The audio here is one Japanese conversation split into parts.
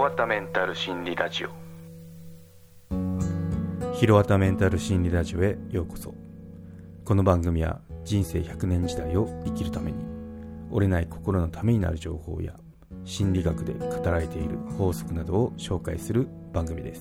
わたメンタル心理ラジオ。 ひろわたメンタル心理ラジオへようこそ。この番組は人生100年時代を生きるために折れない心のためになる情報や心理学で語られている法則などを紹介する番組です。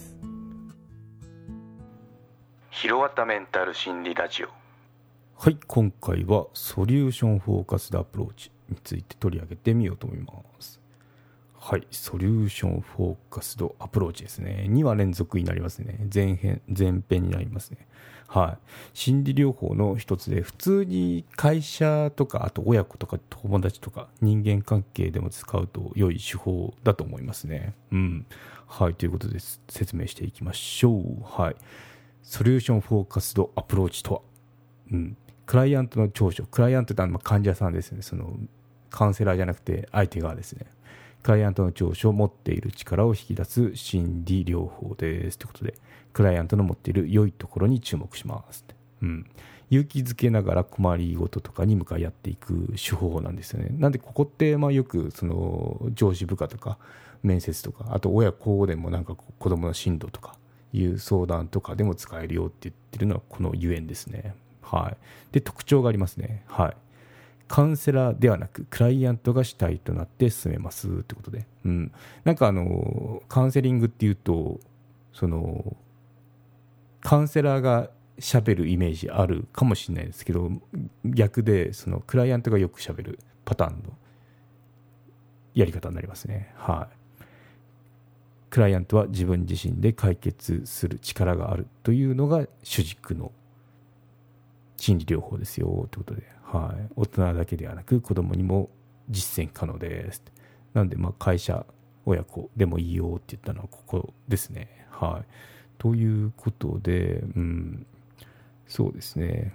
ひろわたメンタル心理ラジオ。 はい、今回はソリューションフォーカスドアプローチについて取り上げてみようと思います。はい、ソリューションフォーカスドアプローチですね。2話連続になりますね。前編になりますね。はい、心理療法の一つで、普通に会社とか、あと親子とか友達とか人間関係でも使うと良い手法だと思いますね。はい、ということで説明していきましょう。はい、ソリューションフォーカスドアプローチとは、クライアントの長所、クライアントって患者さんですね。そのカウンセラーじゃなくて相手側ですね。クライアントの長所を持っている力を引き出す心理療法ですということで、クライアントの持っている良いところに注目します。勇気づけながら困りごととかに向かい合っていく手法なんですよね。なんでここってよくその上司部下とか面接とか、あと親子でも子供の進路とかいう相談とかでも使えるよって言ってるのはこのゆえんですね。はい、で特徴がありますね。はい、カウンセラーではなくクライアントが主体となって進めますということで、カウンセリングっていうと、そのカウンセラーが喋るイメージあるかもしれないですけど、逆でそのクライアントがよく喋るパターンのやり方になりますね。はい、クライアントは自分自身で解決する力があるというのが主軸の心理療法ですよということで、はい、大人だけではなく子供にも実践可能です。なんで会社親子でもいいよって言ったのはここですね。はい、ということで、そうですね。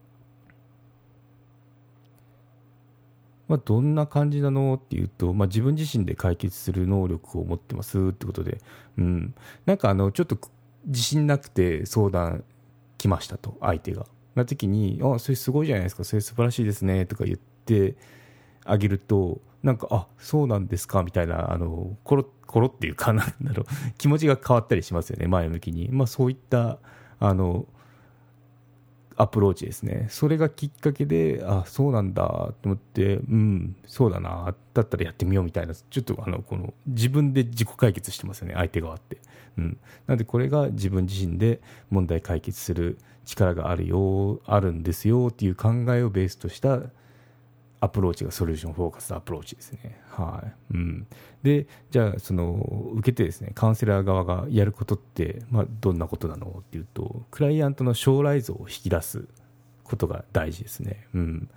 どんな感じなのっていうと、自分自身で解決する能力を持ってますってことで、ちょっと自信なくて相談来ましたと、相手がな時に、それすごいじゃないですか、それ素晴らしいですねとか言ってあげると、そうなんですかみたいな、コロっていうか気持ちが変わったりしますよね、前向きに。そういったアプローチですね。それがきっかけで、そうなんだと思って、そうだな、だったらやってみようみたいな、ちょっとこの自分で自己解決してますよね、相手側って。なのでこれが自分自身で問題解決する力があるんですよっていう考えをベースとしたアプローチがソリューションフォーカスアプローチですね。はい。で、じゃあ受けてですね、カウンセラー側がやることって、どんなことなのっていうと、クライアントの将来像を引き出すことが大事ですね。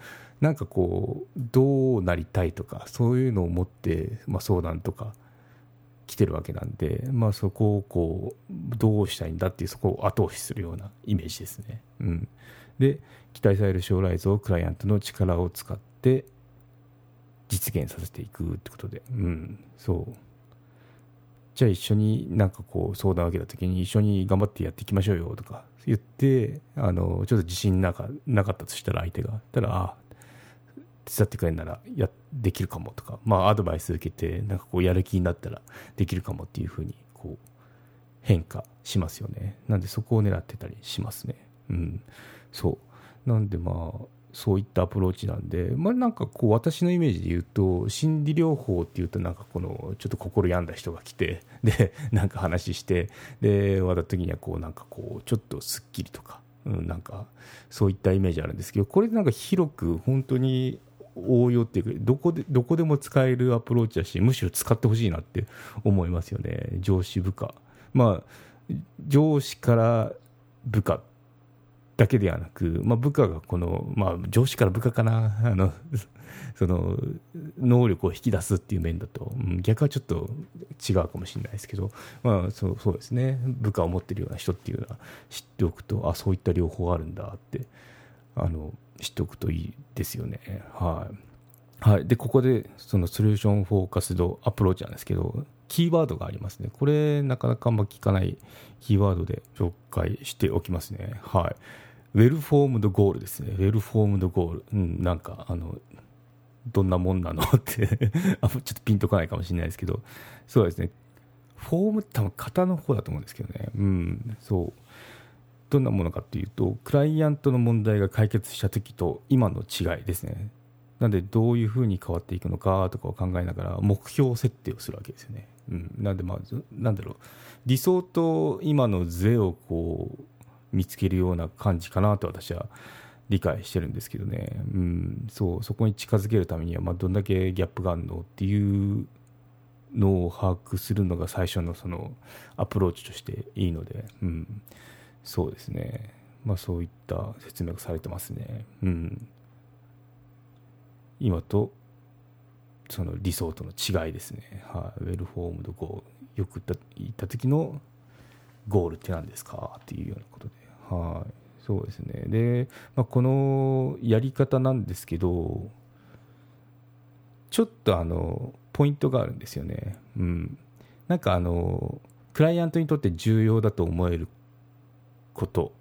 どうなりたいとかそういうのを持って、相談とか来てるわけなんで、そこをどうしたいんだっていう、そこを後押しするようなイメージですね。で、期待される将来像をクライアントの力を使って実現させていくってことで、そうじゃあ一緒に相談を受けた時に、一緒に頑張ってやっていきましょうよとか言って、ちょっと自信なかったとしたら、相手が手伝ってくれるならできるかもとか、アドバイス受けてやる気になったらできるかもっていうふうに変化しますよね。なんでそこを狙ってたりしますね。そうなんでそういったアプローチなんで、私のイメージで言うと、心理療法っていうとちょっと心病んだ人が来て、で話して、で終わった時にはちょっとすっきりとか、そういったイメージあるんですけど、これで広く本当に応用っていうか、どこでも使えるアプローチだし、むしろ使ってほしいなって思いますよね。上司部下、上司から部下だけではなく、部下が上司から部下かな、その能力を引き出すっていう面だと、逆はちょっと違うかもしれないですけど、そうですね、部下を持っているような人っていうのは知っておくと、そういった両方あるんだって知っておくといいですよね。はい、でここでそのソリューションフォーカスドアプローチなんですけど、キーワードがありますね。これなかなか聞かないキーワードで紹介しておきますね。はい、ウェルフォームドゴールですね。ウェルフォームドゴール、どんなもんなのってちょっとピンとこないかもしれないですけど、そうですね、 フォーム多分型の方だと思うんですけどね。そうどんなものかっていうと、クライアントの問題が解決した時と今の違いですね。なんでどういうふうに変わっていくのかとかを考えながら目標設定をするわけですよね。なんでなんだろう、理想と今のズレをこう見つけるような感じかなと私は理解してるんですけどね。そこに近づけるためには、どんだけギャップがあるのっていうのを把握するのが最初のそのアプローチとしていいので、そうですね。そういった説明がされてますね。今とその理想との違いですね。ウェルフォームドゴール、よく言った時のゴールって何ですかっていうようなことで、そうですね。で、このやり方なんですけど、ちょっとポイントがあるんですよね。なんかクライアントにとって重要だと思えること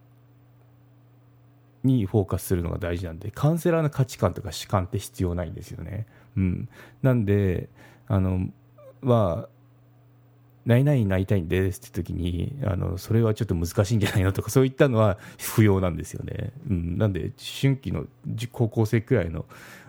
にフォーカスするのが大事なんで、カウンセラーの価値観とか主観って必要ないんですよね。なんで何々になりたいんですって時にそれはちょっと難しいんじゃないのとか、そういったのは不要なんですよね。なんで思春期の高校生くらいの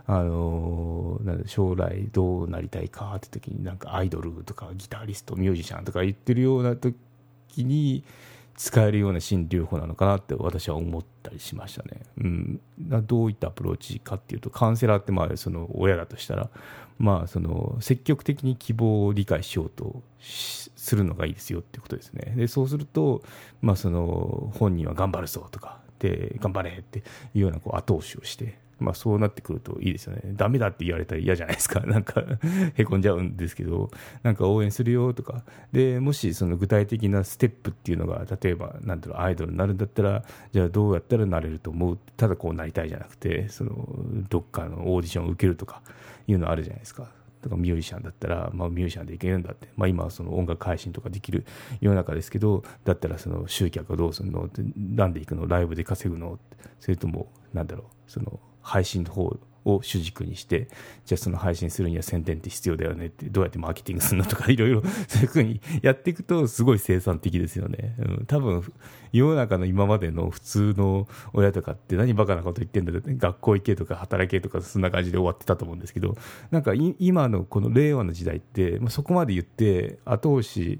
将来どうなりたいかって時に、なんかアイドルとかギタリストミュージシャンとか言ってるような時に使えるような心理療法なのかなって私は思ったりしましたね。どういったアプローチかっていうと、カウンセラーってその親だとしたら、その積極的に希望を理解しようとするのがいいですよっていうことですね。でそうすると、その本人は頑張るぞとかで頑張れっていうような後押しをして、そうなってくるといいですよね。ダメだって言われたら嫌じゃないですか。なんかへこんじゃうんですけど、なんか応援するよとかで、もしその具体的なステップっていうのが、例えばアイドルになるんだったら、じゃあどうやったらなれると思う、ただこうなりたいじゃなくて、そのどっかのオーディションを受けるとかいうのあるじゃないですか。とかミュージシャンだったら、ミュージシャンでいけるんだって、今はその音楽配信とかできる世の中ですけど、だったらその集客はどうするのって、なんで行くの、ライブで稼ぐの、それともその配信の方を主軸にして、じゃあその配信するには宣伝って必要だよねって、どうやってマーケティングするのとか、いろいろそういうふうにやっていくとすごい生産的ですよね。多分世の中の今までの普通の親とかって何バカなこと言ってんだって、学校行けとか働けとかそんな感じで終わってたと思うんですけど、なんか今のこの令和の時代って、そこまで言って後押し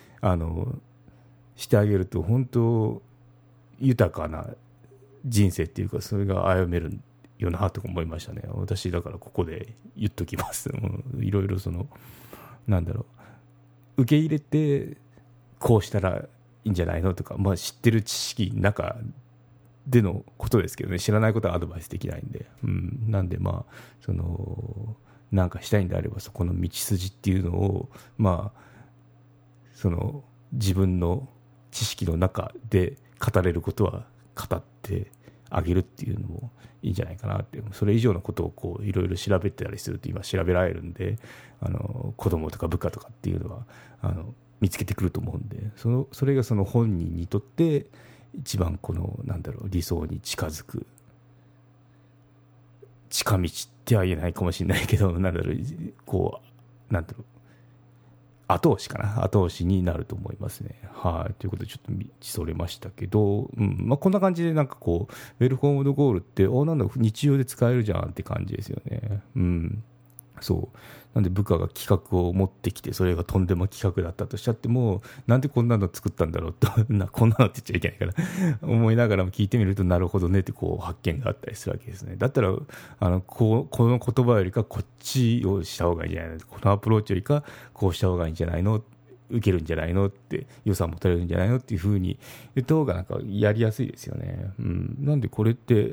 してあげると、本当豊かな人生っていうか、それが歩めるよなと思いましたね。私だからここで言っときます。いろいろ受け入れてこうしたらいいんじゃないのとか、知ってる知識の中でのことですけどね、知らないことはアドバイスできないんで、なんでなんかしたいんであれば、そこの道筋っていうのをその自分の知識の中で語れることは語ってあげるっていうのもいいんじゃないかなって。それ以上のことをいろいろ調べてたりすると今調べられるんで、子供とか部下とかっていうのは見つけてくると思うんで、それがその本人にとって一番理想に近づく近道っては言えないかもしれないけど、後押しかな、後押しになると思いますね。ということでちょっと道それましたけど、こんな感じでウェルフォームドゴールってなんだ日常で使えるじゃんって感じですよね。そうなんで部下が企画を持ってきて、それがとんでも企画だったとしちゃっても、なんでこんなの作ったんだろうとこんなのって言っちゃいけないから思いながらも聞いてみると、なるほどねって発見があったりするわけですね。だったらこの言葉よりかこっちをした方がいいんじゃないの、このアプローチよりかこうした方がいいんじゃないの、受けるんじゃないのって、予算も取れるんじゃないのっていうふうに言った方がやりやすいですよね。なんでこれって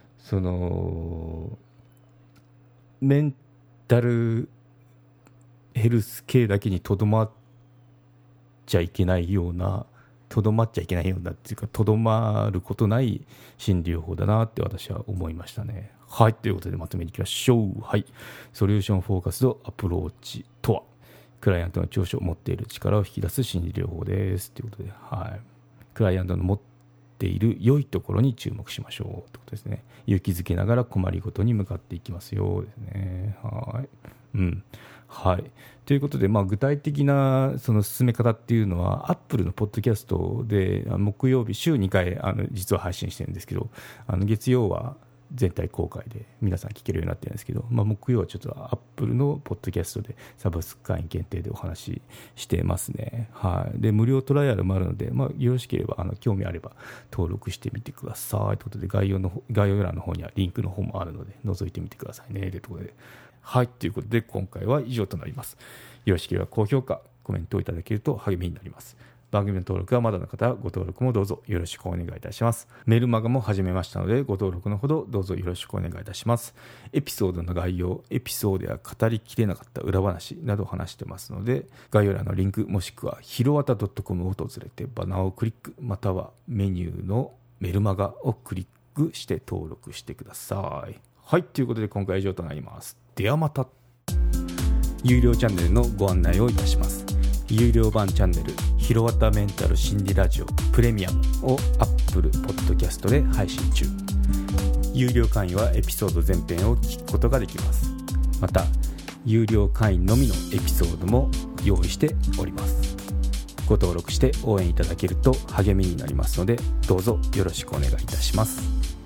メンタルヘルス系だけにとどまっちゃいけないようなっていうか、とどまることない心理療法だなって私は思いましたね。ということでまとめにいきましょう。ソリューションフォーカスドアプローチとは、クライアントの長所を持っている力を引き出す心理療法ですということで、クライアントの持っている良いところに注目しましょうということですね。勇気づけながら困りごとに向かっていきますよですね。 はい、ということで、具体的なその進め方っていうのは、アップルのポッドキャストで木曜日、週2回実は配信してるんですけど、月曜は全体公開で皆さん聞けるようになってるんですけど、木曜はちょっとアップルのポッドキャストでサブスク会員限定でお話ししてますね。はい、で無料トライアルもあるので、よろしければ興味あれば登録してみてくださいということで、概要欄の方にはリンクの方もあるので覗いてみてくださいねというところで、はい、ということで今回は以上となります。よろしければ高評価、コメントをいただけると励みになります。番組の登録はまだの方はご登録もどうぞよろしくお願いいたします。メルマガも始めましたので、ご登録のほどどうぞよろしくお願いいたします。エピソードの概要、エピソードや語りきれなかった裏話など話してますので、概要欄のリンクもしくはひろわた .com を訪れてバナーをクリック、またはメニューのメルマガをクリックして登録してください。はい、ということで今回は以上となります。ではまた。有料チャンネルのご案内をいたします。有料版チャンネルひろわたメンタル心理ラジオプレミアムを Apple Podcast で配信中。有料会員はエピソード全編を聞くことができます。また有料会員のみのエピソードも用意しております。ご登録して応援いただけると励みになりますので、どうぞよろしくお願いいたします。